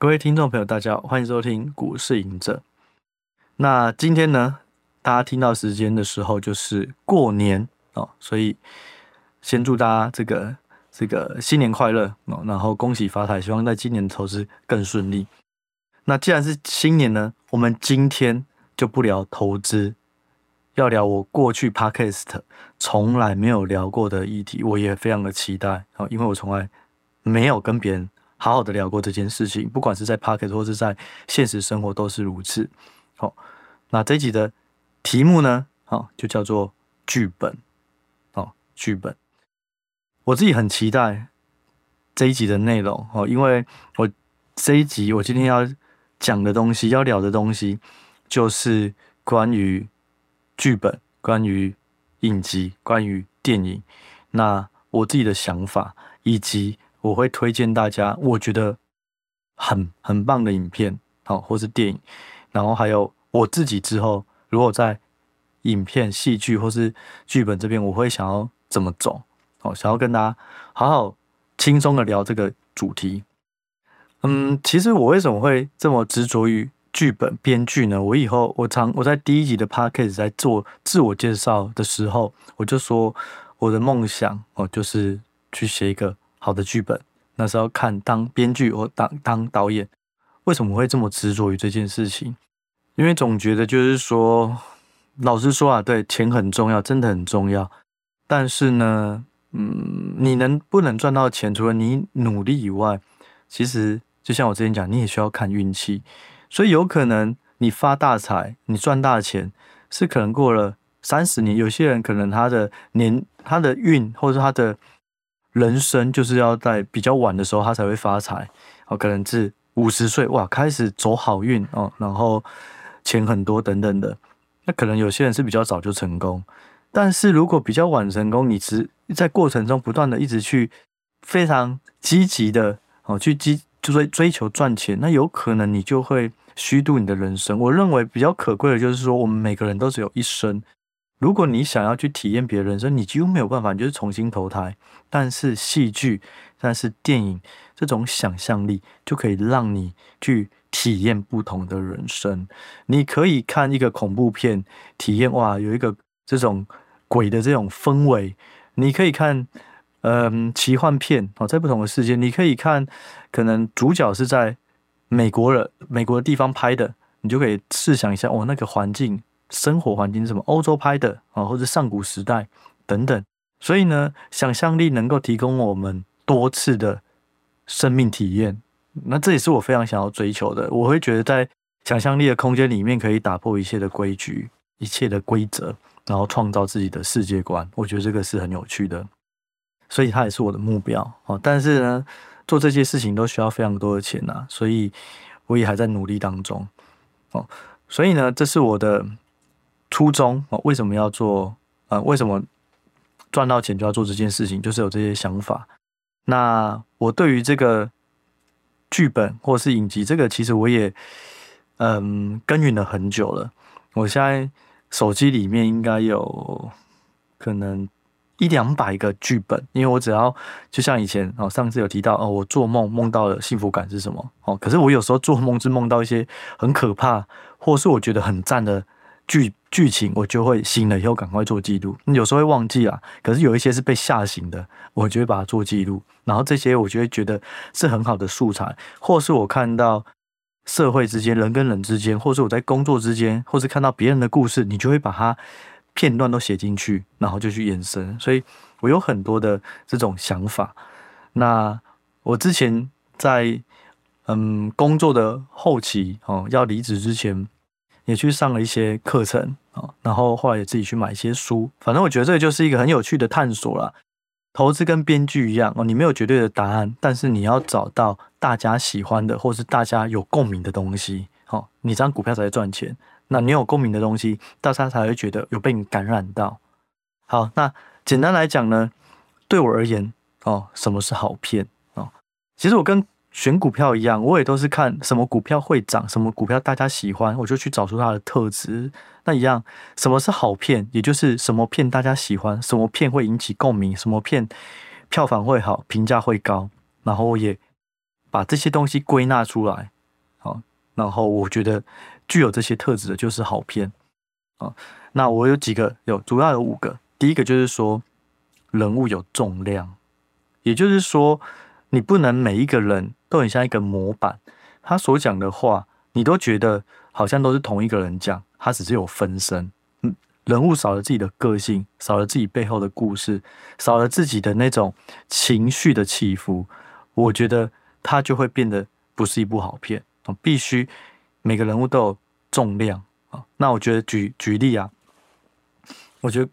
各位听众朋友，大家好，欢迎收听股市赢者。那今天呢，大家听到时间的时候就是过年哦，所以先祝大家这个新年快乐哦，然后恭喜发财，希望在今年的投资更顺利。那既然是新年呢，我们今天就不聊投资，要聊我过去 Podcast 从来没有聊过的议题，我也非常的期待哦，因为我从来没有跟别人好好的聊过这件事情，不管是在 Podcast 或是在现实生活都是如此。好，那这一集的题目呢，就叫做剧本。剧本，我自己很期待这一集的内容哦，因为我这一集我今天要讲的东西，要聊的东西，就是关于剧本、关于影集、关于电影。那我自己的想法，以及我会推荐大家，我觉得很棒的影片，或是电影。然后还有我自己之后，如果在影片、戏剧或是剧本这边，我会想要怎么走？想要跟大家好好轻松的聊这个主题。其实我为什么会这么执着于剧本编剧呢？我在第一集的 podcast 在做自我介绍的时候，我就说我的梦想就是去写一个好的剧本。那时候看当编剧或当导演，为什么会这么执着于这件事情？因为总觉得就是说，老实说啊，对，钱很重要，真的很重要。但是呢，你不能赚到钱，除了你努力以外，其实就像我之前讲，你也需要看运气。所以有可能你发大财，你赚大钱，是可能过了30年，有些人可能他的运或者是他的人生就是要在比较晚的时候他才会发财，可能是50岁哇开始走好运哦，然后钱很多等等的。那可能有些人是比较早就成功。但是如果比较晚成功，你在过程中不断的一直去非常积极的去追求赚钱，那有可能你就会虚度你的人生。我认为比较可贵的就是说，我们每个人都只有一生。如果你想要去体验别的人生，你几乎没有办法，你就是重新投胎。但是戏剧，但是电影这种想象力就可以让你去体验不同的人生。你可以看一个恐怖片，体验哇有一个这种鬼的这种氛围，你可以看奇幻片在不同的世界，你可以看可能主角是在美国的地方拍的，你就可以试想一下那个环境生活环境是什么，欧洲拍的或者上古时代等等。所以呢，想象力能够提供我们多次的生命体验，那这也是我非常想要追求的。我会觉得在想象力的空间里面，可以打破一切的规矩、一切的规则，然后创造自己的世界观。我觉得这个是很有趣的，所以它也是我的目标但是呢，做这些事情都需要非常多的钱啊，所以我也还在努力当中所以呢，这是我的初衷为什么要做为什么赚到钱就要做这件事情，就是有这些想法。那我对于这个剧本或是影集，这个其实我也耕耘了很久了。我现在手机里面应该有可能100-200个剧本，因为我只要就像以前上次有提到我做梦到的幸福感是什么可是我有时候做梦是梦到一些很可怕或是我觉得很赞的剧情，我就会醒了以后赶快做记录。有时候会忘记啦，可是有一些是被吓醒的，我就会把它做记录。然后这些我就会觉得是很好的素材，或是我看到社会之间人跟人之间，或是我在工作之间，或是看到别人的故事，你就会把它片段都写进去，然后就去延伸。所以我有很多的这种想法。那我之前在工作的后期要离职之前，也去上了一些课程然后后来也自己去买一些书。反正我觉得这个就是一个很有趣的探索啦。投资跟编剧一样你没有绝对的答案，但是你要找到大家喜欢的或是大家有共鸣的东西你这样股票才会赚钱。那你有共鸣的东西，大家才会觉得有被你感染到。好，那简单来讲呢，对我而言什么是好片其实我跟选股票一样，我也都是看什么股票会涨，什么股票大家喜欢，我就去找出它的特质。那一样，什么是好片，也就是什么片大家喜欢，什么片会引起共鸣，什么片票房会好，评价会高，然后我也把这些东西归纳出来然后我觉得具有这些特质的就是好片。那我有几个，主要有5个。第一个就是说人物有重量，也就是说你不能每一个人都很像一个模板，他所讲的话你都觉得好像都是同一个人讲，他只是有分身。人物少了自己的个性，少了自己背后的故事，少了自己的那种情绪的起伏，我觉得他就会变得不是一部好片。必须每个人物都有重量。那我觉得举例啊，我觉得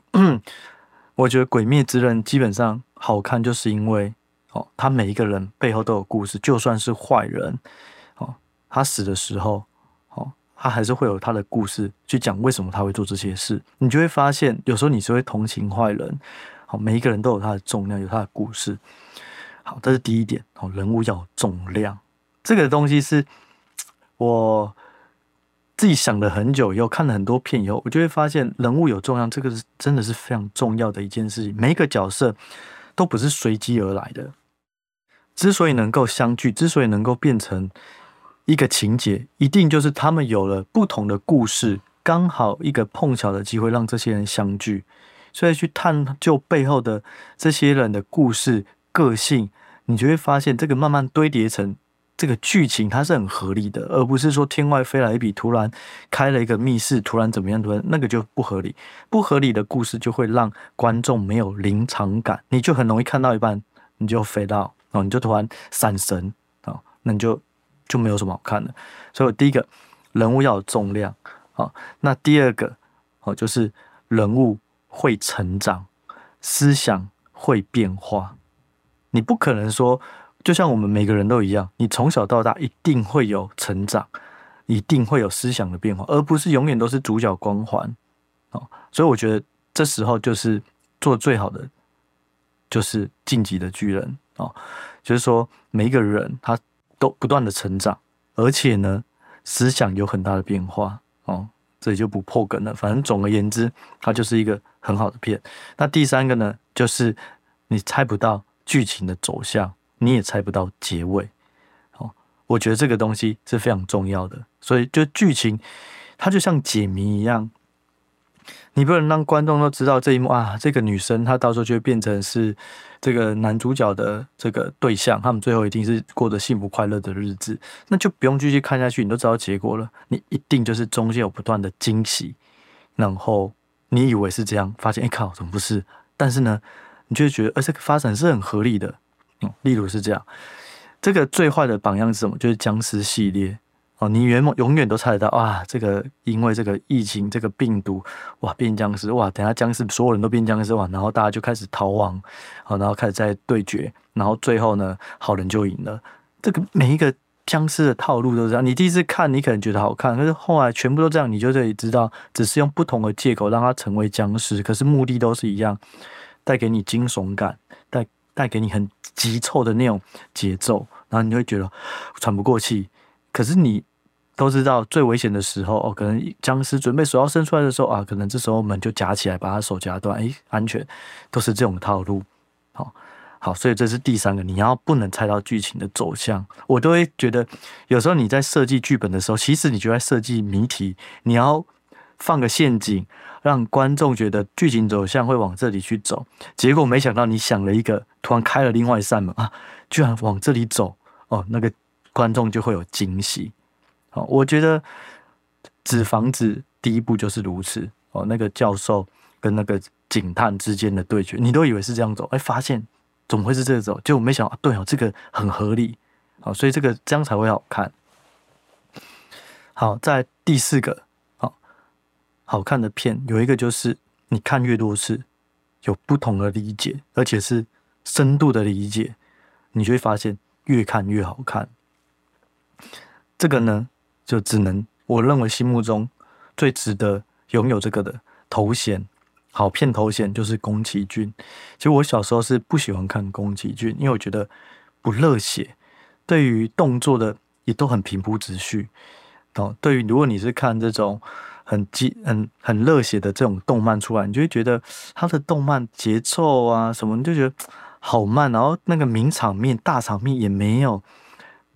《鬼灭之刃》基本上好看，就是因为他每一个人背后都有故事，就算是坏人，他死的时候，他还是会有他的故事去讲为什么他会做这些事。你就会发现，有时候你是会同情坏人。每一个人都有他的重量，有他的故事。好，这是第一点。人物要有重量，这个东西是我自己想了很久以后，看了很多片以后，我就会发现人物有重量，这个是真的是非常重要的一件事情。每一个角色都不是随机而来的，之所以能够相聚，之所以能够变成一个情节，一定就是他们有了不同的故事，刚好一个碰巧的机会让这些人相聚。所以去探究背后的这些人的故事、个性，你就会发现这个慢慢堆叠成这个剧情，它是很合理的，而不是说天外飞来一笔，突然开了一个密室，突然怎么样，突然那个就不合理。不合理的故事就会让观众没有临场感，你就很容易看到一半你就飞到，你就突然闪神，那你就没有什么好看的。所以我第一个人物要有重量。那第二个就是人物会成长，思想会变化。你不可能说就像我们每个人都一样，你从小到大一定会有成长，一定会有思想的变化，而不是永远都是主角光环。所以我觉得这时候就是做最好的就是晋级的巨人。就是说每一个人他都不断的成长，而且呢思想有很大的变化。这里就不破梗了，反正总而言之它就是一个很好的片。那第三个呢，就是你猜不到剧情的走向，你也猜不到结尾。我觉得这个东西是非常重要的。所以就剧情它就像解谜一样，你不能让观众都知道这一幕啊，这个女生她到时候就会变成是这个男主角的这个对象，他们最后一定是过着幸福快乐的日子，那就不用继续看下去，你都知道结果了。你一定就是中间有不断的惊喜，然后你以为是这样，发现靠怎么不是？但是呢，你就会觉得这个发展是很合理的。例如是这样，这个最坏的榜样是什么？就是僵尸系列。你永远都猜得到啊！这个因为这个疫情，这个病毒，哇，变僵尸，哇，等下僵尸所有人都变僵尸，哇，然后大家就开始逃亡，然后开始在对决，然后最后呢，好人就赢了。这个每一个僵尸的套路都是这样。你第一次看，你可能觉得好看，可是后来全部都这样，你就可以知道，只是用不同的借口让它成为僵尸，可是目的都是一样，带给你惊悚感，带给你很急凑的那种节奏，然后你会觉得喘不过气。可是你都知道最危险的时候，可能僵尸准备手要伸出来的时候啊，可能这时候门就夹起来，把他手夹断，安全，都是这种套路。好，所以这是第三个，你要不能猜到剧情的走向。我都会觉得，有时候你在设计剧本的时候，其实你就在设计谜题，你要放个陷阱，让观众觉得剧情走向会往这里去走。结果没想到你想了一个，突然开了另外一扇门啊，居然往这里走，那个观众就会有惊喜。我觉得《纸房子》第一部就是如此。那个教授跟那个警探之间的对决，你都以为是这样走，发现怎么会是这个走？结果没想到，对这个很合理。所以这样才会好看。好，在第四个好看的片有一个就是你看越多次，有不同的理解，而且是深度的理解，你就会发现越看越好看。这个呢，就只能我认为心目中最值得拥有这个的头衔，好片头衔就是宫崎骏。其实我小时候是不喜欢看宫崎骏，因为我觉得不热血，对于动作的也都很平铺直叙。对于如果你是看这种很热血的这种动漫出来，你就会觉得它的动漫节奏啊什么，你就觉得好慢，然后那个名场面、大场面也没有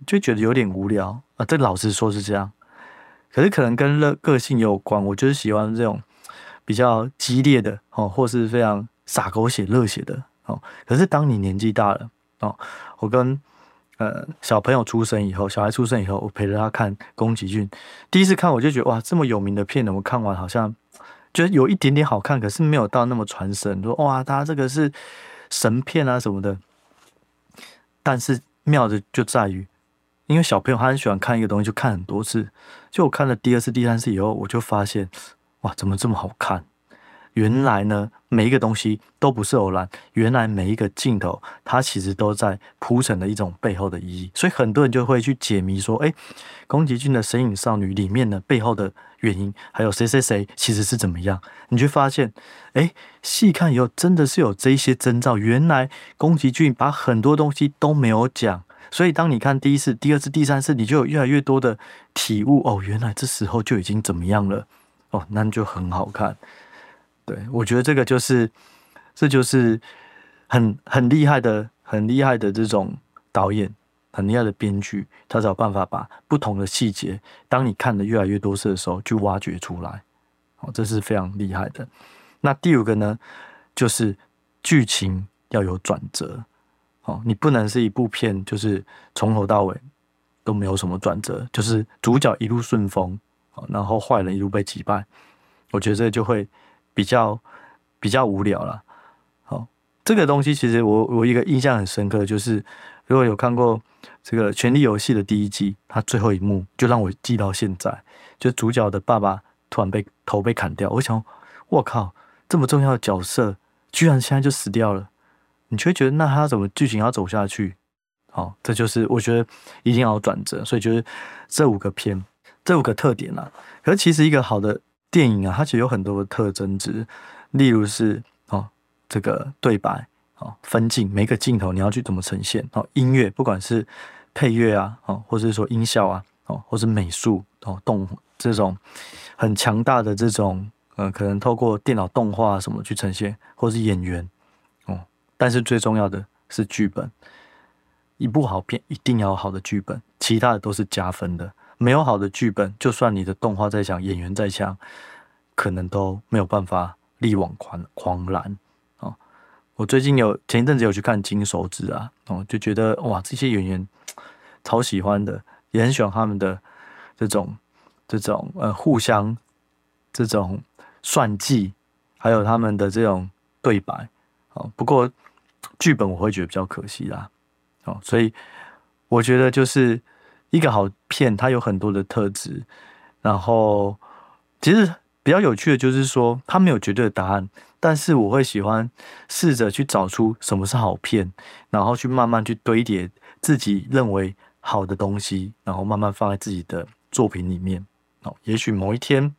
就觉得有点无聊啊。这老实说是这样，可是可能跟个性有关。我就是喜欢这种比较激烈的哦，或是非常洒狗血、热血的哦。可是当你年纪大了哦，我跟小朋友出生以后，小孩出生以后，我陪着他看宫崎骏，第一次看我就觉得哇，这么有名的片呢，我看完好像觉得有一点点好看，可是没有到那么传神，说哇，他这个是神片啊什么的。但是妙的就在于，因为小朋友他很喜欢看一个东西，就看很多次。就我看了第二次、第三次以后，我就发现，哇，怎么这么好看？原来呢，每一个东西都不是偶然，原来每一个镜头，它其实都在铺陈的一种背后的意义。所以很多人就会去解谜说，哎，宫崎骏的《神隐少女》里面呢，背后的原因，还有谁谁谁其实是怎么样？你就发现，哎，细看以后真的是有这一些征兆。原来宫崎骏把很多东西都没有讲。所以，当你看第一次、第二次、第三次，你就有越来越多的体悟哦，原来这时候就已经怎么样了哦，那就很好看。对，我觉得这就是很厉害的、很厉害的这种导演，很厉害的编剧，他才有办法把不同的细节，当你看的越来越多次的时候，去挖掘出来。哦，这是非常厉害的。那第五个呢，就是剧情要有转折。哦，你不能是一部片就是从头到尾都没有什么转折，就是主角一路顺风，然后坏人一路被击败。我觉得这就会比较无聊了。好，这个东西其实我一个印象很深刻，就是如果有看过这个《权力游戏》的第一季，它最后一幕就让我记到现在，就主角的爸爸突然头被砍掉，我想，我靠，这么重要的角色居然现在就死掉了。你就会觉得，那他怎么剧情要走下去？好，这就是我觉得一定要有转折，所以就是这五个特点啦。可是其实一个好的电影啊，它其实有很多的特征值，例如是这个对白分镜，每个镜头你要去怎么呈现音乐，不管是配乐啊或者是说音效啊或是美术这种很强大的这种可能透过电脑动画什么去呈现，或是演员但是最重要的是剧本，一部好片一定要有好的剧本，其他的都是加分的。没有好的剧本，就算你的动画再强，演员再强，可能都没有办法力挽狂澜哦。我前一阵子有去看金手指啊，就觉得哇，这些演员超喜欢的，也很喜欢他们的这种互相这种算计，还有他们的这种对白。不过剧本我会觉得比较可惜啦，所以我觉得就是一个好片，它有很多的特质，然后其实比较有趣的就是说，它没有绝对的答案，但是我会喜欢试着去找出什么是好片，然后去慢慢去堆叠自己认为好的东西，然后慢慢放在自己的作品里面。也许某一天，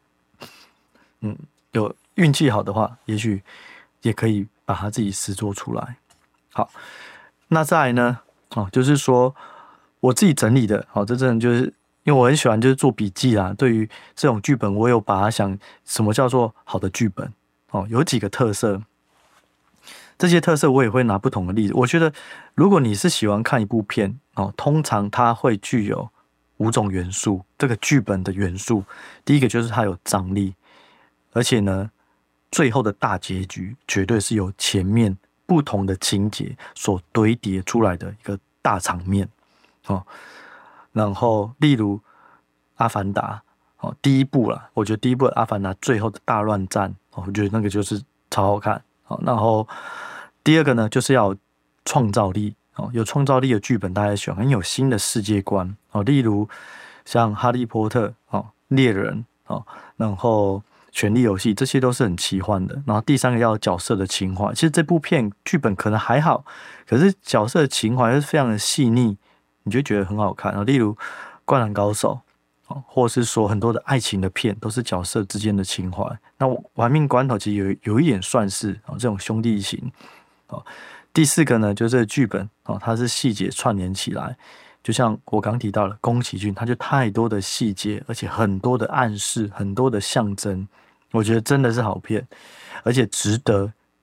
有运气好的话，也许也可以把它自己实作出来。好，那再来呢？就是说我自己整理的，这真的就是因为我很喜欢就是做笔记啦。对于这种剧本，我有把它想什么叫做好的剧本有几个特色，这些特色我也会拿不同的例子。我觉得如果你是喜欢看一部片通常它会具有5种元素，这个剧本的元素，第一个就是它有张力，而且呢，最后的大结局绝对是由前面不同的情节所堆叠出来的一个大场面然后例如《阿凡达》第一部啦，我觉得第一部的《阿凡达》最后的大乱战我觉得那个就是超好看然后第二个呢，就是要有创造力有创造力的剧本，大家喜欢，很有新的世界观例如像《哈利波特》猎人然后权力游戏，这些都是很奇幻的。然后第三个要有角色的情怀，其实这部片剧本可能还好，可是角色的情怀是非常的细腻，你就觉得很好看例如《灌篮高手》或是说很多的爱情的片，都是角色之间的情怀。那玩命关头其实有一点算是这种兄弟情第四个呢，就是这个剧本它是细节串联起来。就像我刚提到了宫崎骏，他就太多的细节，而且很多的暗示，很多的象征，我觉得真的是好片，而且值得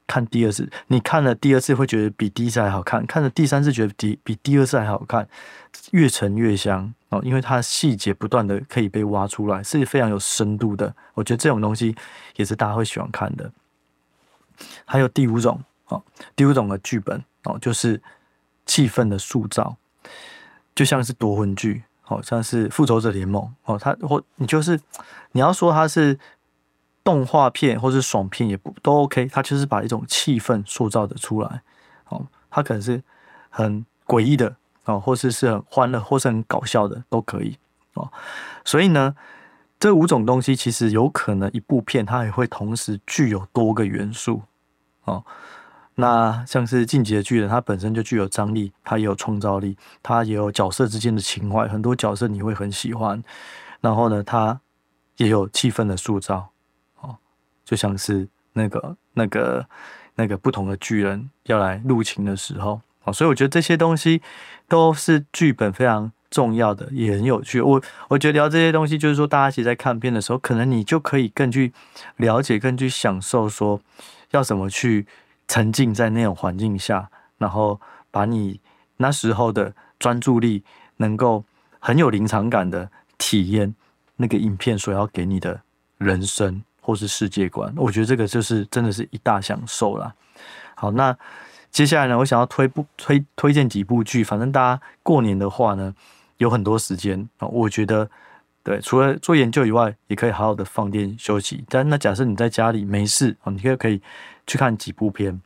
看第二次，你看了第二次会觉得比第一次还好看，看了第三次觉得比第二次还好看，越沉越香哦，因为它的细节不断的可以被挖出来，是非常有深度的。我觉得这种东西也是大家会喜欢看的。还有第五种哦，第五种的剧本哦，就是气氛的塑造，就像是夺魂剧，好像是复仇者联盟哦，你要说它是动画片或是爽片也不都 OK，它就是把一种气氛塑造的出来，哦，它可能是很诡异的哦，或是很欢乐，或是很搞笑的都可以哦。所以呢，这五种东西其实有可能一部片它也会同时具有多个元素哦。那像是进击的巨人，它本身就具有张力，它也有创造力，它也有角色之间的情怀，很多角色你会很喜欢。然后呢，它也有气氛的塑造，哦，就像是那个不同的巨人要来入侵的时候，哦，所以我觉得这些东西都是剧本非常重要的，也很有趣。我觉得聊这些东西，就是说大家一起在看片的时候，可能你就可以更去了解、更去享受，说要怎么去沉浸在那种环境下，然后把你那时候的专注力能够很有临场感的体验那个影片所要给你的人生或是世界观。我觉得这个就是真的是一大享受啦。好，那接下来呢，我想要推荐几部剧，反正大家过年的话呢，有很多时间，我觉得对，除了做研究以外，也可以好好的放电休息。但那假设你在家里没事，你可以去看几部片。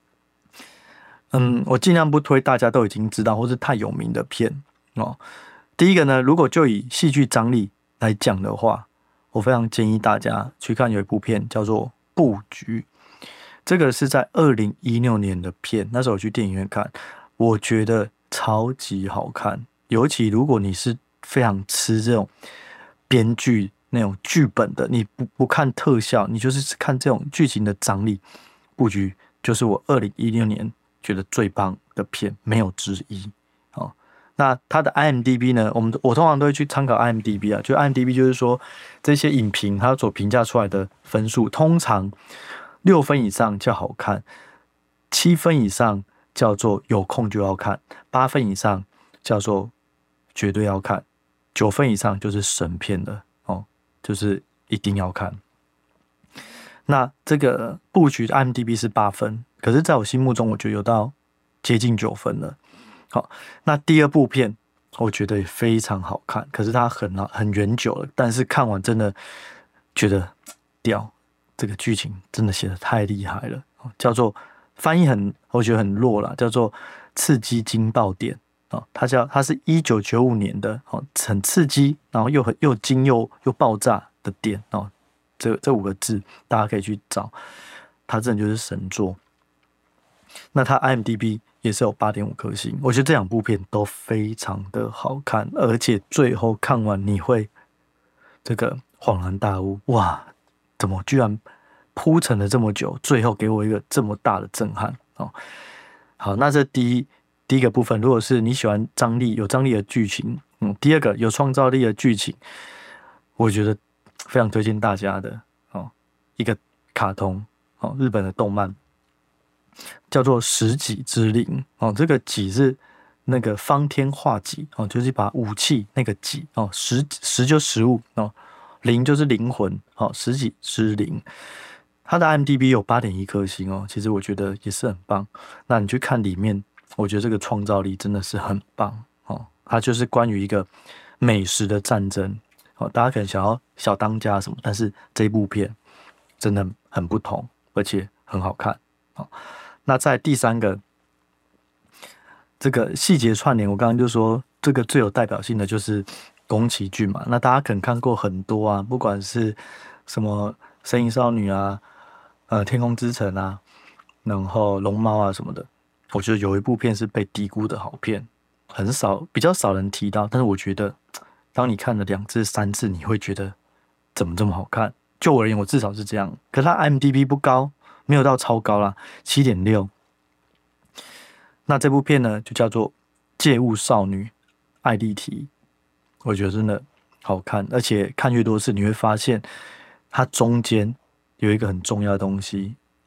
我尽量不推大家都已经知道或是太有名的片哦。第一个呢，如果就以戏剧张力来讲的话，我非常建议大家去看有一部片叫做《布局》，这个是在2016年的片，那时候我去电影院看，我觉得超级好看。尤其如果你是非常吃这种编剧那种剧本的，你不看特效，你就是看这种剧情的张力，布局就是我2016年觉得最棒的片，没有之一。哦，那它的 IMDB 呢？我通常都会去参考 IMDB 啊，就 IMDB 就是说这些影评它所评价出来的分数，通常6分以上叫好看，7分以上叫做有空就要看，8分以上叫做绝对要看，9分以上就是神片了哦，就是一定要看。那这个布局的 IMDB 是8分，可是在我心目中，我觉得有到接近9分了。好，那第二部片我觉得也非常好看，可是它很远久了，但是看完真的觉得屌，这个剧情真的写得太厉害了，叫做翻译我觉得很弱啦，叫做刺激惊爆点哦，它是1995年的哦，很刺激，然后又惊又爆炸的点哦。这5个字，大家可以去找，它真的就是神作。那它 IMDB 也是有8.5颗星，我觉得这两部片都非常的好看，而且最后看完你会这个恍然大悟，哇，怎么居然铺陈了这么久，最后给我一个这么大的震撼哦。好，那这第一个部分，如果是你喜欢有张力的剧情，第二个有创造力的剧情，我觉得非常推荐大家的哦，一个卡通哦，日本的动漫叫做食戟之灵哦，这个戟是那个方天画戟哦，就是一把武器那个戟哦，食就食物哦，灵就是灵魂哦，食戟之灵，它的 IMDB 有8.1颗星哦，其实我觉得也是很棒。那你去看里面，我觉得这个创造力真的是很棒哦，它就是关于一个美食的战争。哦，大家可能想要小当家什么，但是这一部片真的很不同，而且很好看。哦，那在第三个这个细节串联，我刚刚就说这个最有代表性的就是宫崎骏嘛。那大家可能看过很多啊，不管是什么《神隐少女》啊、天空之城啊，然后龙猫啊什么的，我觉得有一部片是被低估的好片，比较少人提到，但是我觉得。当你看了2次、3次，你会觉得怎么这么好看？就我而言，我至少是这样。可是它 IMDB 不高，没有到超高啦，7.6。那这部片呢，就叫做《借物少女艾莉缇》，我觉得真的好看，而且看越多次，你会发现它中间有一个很重要的东西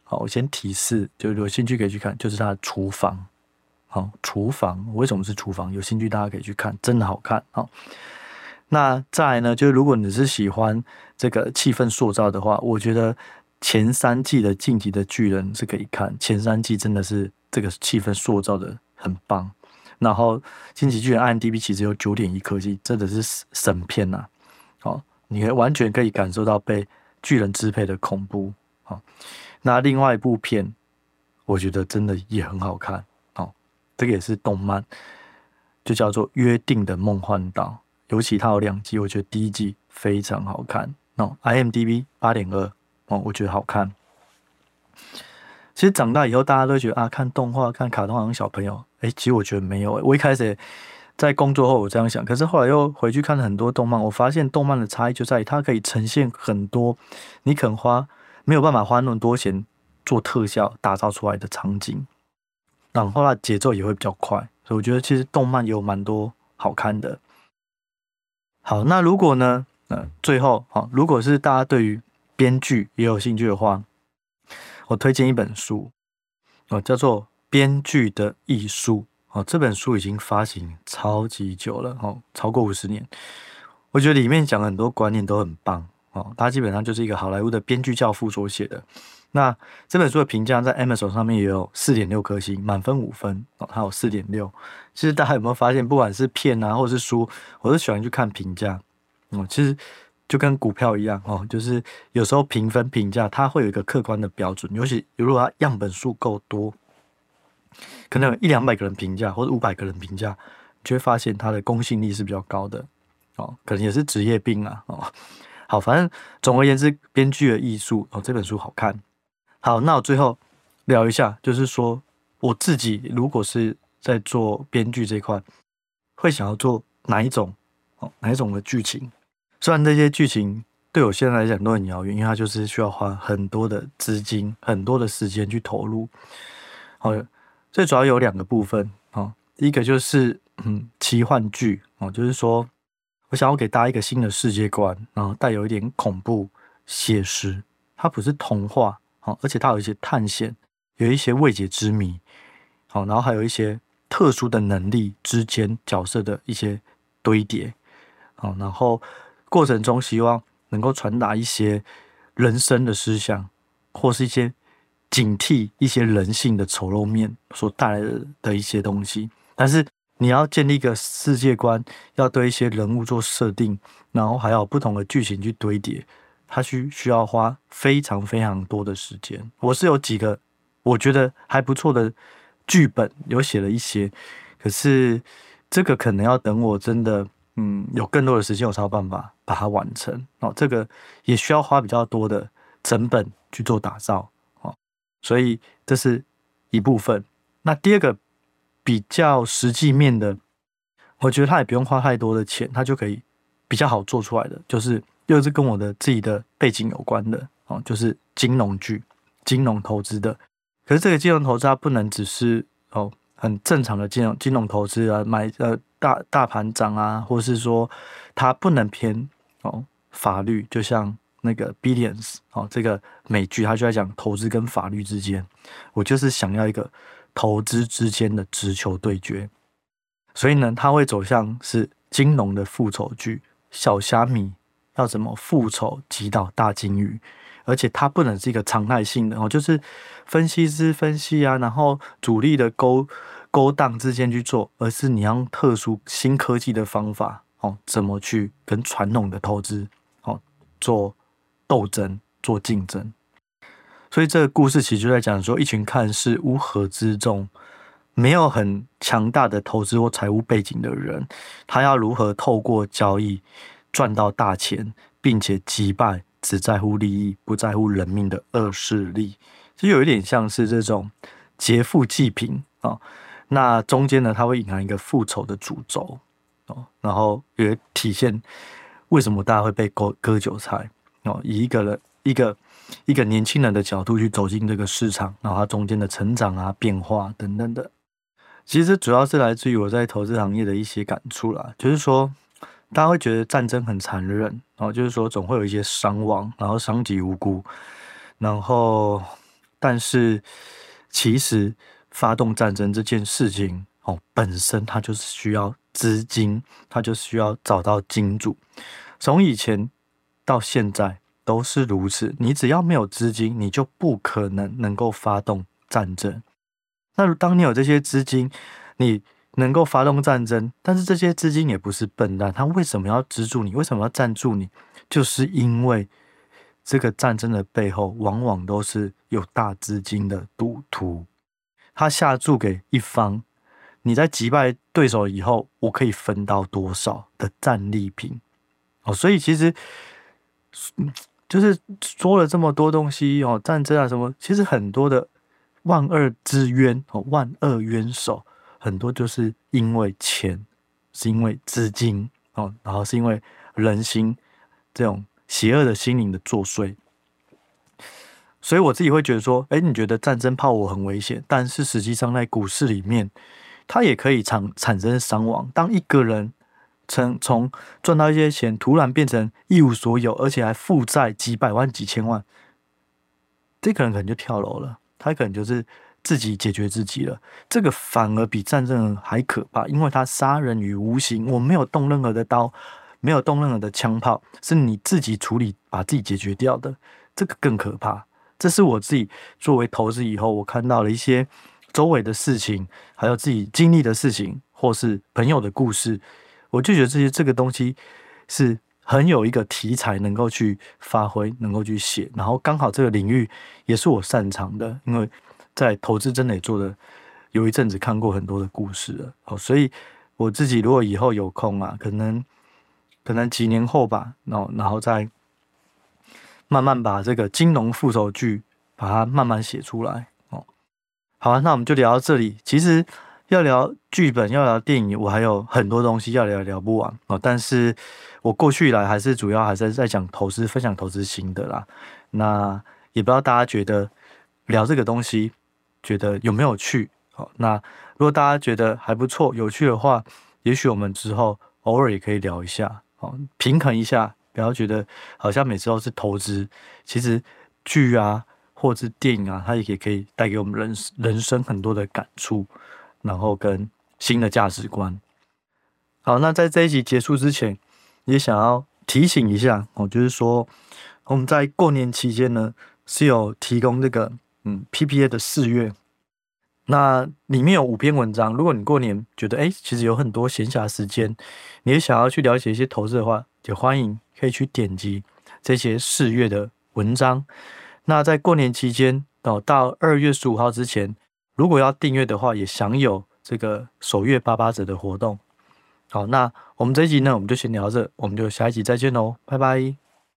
好，我先提示，就有兴趣可以去看，就是它的厨房。好，厨房为什么是厨房？有兴趣大家可以去看，真的好看。好，那再来呢，就是如果你是喜欢这个气氛塑造的话，我觉得前3季的《晋级的巨人》是可以看，前3季真的是这个气氛塑造的很棒。然后《晋级巨人》IMDB 其实有9.1颗星，真的是神片呐。好，你完全可以感受到被巨人支配的恐怖。好，那另外一部片，我觉得真的也很好看。好，这个也是动漫，就叫做《约定的梦幻岛》，尤其它有2季，我觉得第1季非常好看。IMDB 8.2，我觉得好看。其实长大以后，大家都觉得啊，看动画、看卡通好像小朋友。其实我觉得没有。我一开始在工作后我这样想，可是后来又回去看了很多动漫，我发现动漫的差异就在于它可以呈现很多你可能没有办法花那么多钱做特效打造出来的场景，然后它节奏也会比较快，所以我觉得其实动漫也有蛮多好看的。好，那如果呢，最后如果是大家对于编剧也有兴趣的话，我推荐一本书，叫做《编剧的艺术》。这本书已经发行超级久了，超过50年。我觉得里面讲很多观念都很棒，它基本上就是一个好莱坞的编剧教父所写的。那这本书的评价在 Amazon 上面也有4.6颗星，满分5分，它有4.6。其实大家有没有发现，不管是片啊或者是书，我都喜欢去看评价。其实就跟股票一样，就是有时候评分评价它会有一个客观的标准，尤其如果它样本数够多，可能有100-200个人评价或者500个人评价，你就会发现它的公信力是比较高的。可能也是职业病啊。好，反正总而言之，编剧的艺术这本书好看。好，那我最后聊一下，就是说我自己如果是在做编剧这一块，会想要做哪一种的剧情？虽然这些剧情对我现在来讲都很遥远，因为它就是需要花很多的资金、很多的时间去投入。好，最主要有2个部分。第一个就是奇幻剧，就是说我想要给大家一个新的世界观，然后带有一点恐怖、写实，它不是童话，而且它有一些探险，有一些未解之谜，然后还有一些特殊的能力之间角色的一些堆叠，然后过程中希望能够传达一些人生的思想，或是一些警惕一些人性的丑陋面所带来的一些东西。但是你要建立一个世界观，要对一些人物做设定，然后还有不同的剧情去堆叠，它需要花非常非常多的时间。我是有几个我觉得还不错的剧本，有写了一些，可是这个可能要等我真的有更多的时间，我才有办法把它完成。这个也需要花比较多的成本去做打造，所以这是一部分。那第二个比较实际面的，我觉得它也不用花太多的钱，它就可以比较好做出来的，就是又是跟我的自己的背景有关的，就是金融剧、金融投资的。可是这个金融投资它不能只是很正常的金融投资啊，买大盘涨啊，或是说它不能偏法律，就像那个 Billions 这个美剧，它就在讲投资跟法律之间。我就是想要一个投资之间的直球对决，所以呢，它会走向是金融的复仇剧，小虾米要怎么复仇击倒大金鱼。而且它不能是一个常态性的就是分析师分析啊，然后主力的勾当之间去做，而是你要用特殊新科技的方法怎么去跟传统的投资做斗争、做竞争。所以这个故事其实就在讲说，一群看似乌合之众、没有很强大的投资或财务背景的人，他要如何透过交易赚到大钱，并且击败只在乎利益不在乎人命的恶势力。就有一点像是这种劫富济贫那中间呢，它会隐含一个复仇的主轴然后也体现为什么大家会被割韭菜以一个年轻人的角度去走进这个市场，然后它中间的成长啊、变化等等的。其实主要是来自于我在投资行业的一些感触啦，就是说大家会觉得战争很残忍，然后就是说总会有一些伤亡，然后伤及无辜，然后但是其实发动战争这件事情本身它就是需要资金，它就需要找到金主。从以前到现在都是如此，你只要没有资金，你就不可能够发动战争。那当你有这些资金，你能够发动战争，但是这些资金也不是笨蛋，他为什么要资助你？为什么要赞助你？就是因为这个战争的背后往往都是有大资金的赌徒，他下注给一方，你在击败对手以后，我可以分到多少的战利品。所以其实就是说了这么多东西战争啊什么，其实很多的万恶之冤万恶冤首，很多就是因为钱，是因为资金然后是因为人心这种邪恶的心灵的作祟。所以我自己会觉得说，你觉得战争炮火很危险，但是实际上在股市里面，它也可以产生伤亡。当一个人从赚到一些钱，突然变成一无所有，而且还负债几百万、几千万，这个人可能就跳楼了，他可能就是自己解决自己了。这个反而比战争还可怕，因为他杀人于无形，我没有动任何的刀，没有动任何的枪炮，是你自己处理把自己解决掉的，这个更可怕。这是我自己作为投资以后，我看到了一些周围的事情，还有自己经历的事情，或是朋友的故事，我就觉得这个东西是很有一个题材能够去发挥，能够去写，然后刚好这个领域也是我擅长的，因为在投资真的也做的有一阵子，看过很多的故事了所以我自己如果以后有空啊，可能几年后吧，然后再慢慢把这个金融副手剧把它慢慢写出来好那我们就聊到这里。其实要聊剧本，要聊电影，我还有很多东西要聊不完但是我过去以来主要还是在讲投资，分享投资心得啦。那也不知道大家觉得聊这个东西觉得有没有趣那如果大家觉得还不错有趣的话，也许我们之后偶尔也可以聊一下平衡一下，不要觉得好像每次都是投资，其实剧啊或者是电影啊，它也可以带给我们人生很多的感触，然后跟新的价值观。好，那在这一集结束之前，也想要提醒一下就是说我们在过年期间呢是有提供这个PPA 的4月，那里面有5篇文章，如果你过年觉得其实有很多闲暇时间，你也想要去了解一些投资的话，也欢迎可以去点击这些4月的文章。那在过年期间到2月15号之前，如果要订阅的话，也享有这个首月88折的活动。好，那我们这一集呢，我们就先聊到这，我们就下一集再见喽，拜拜。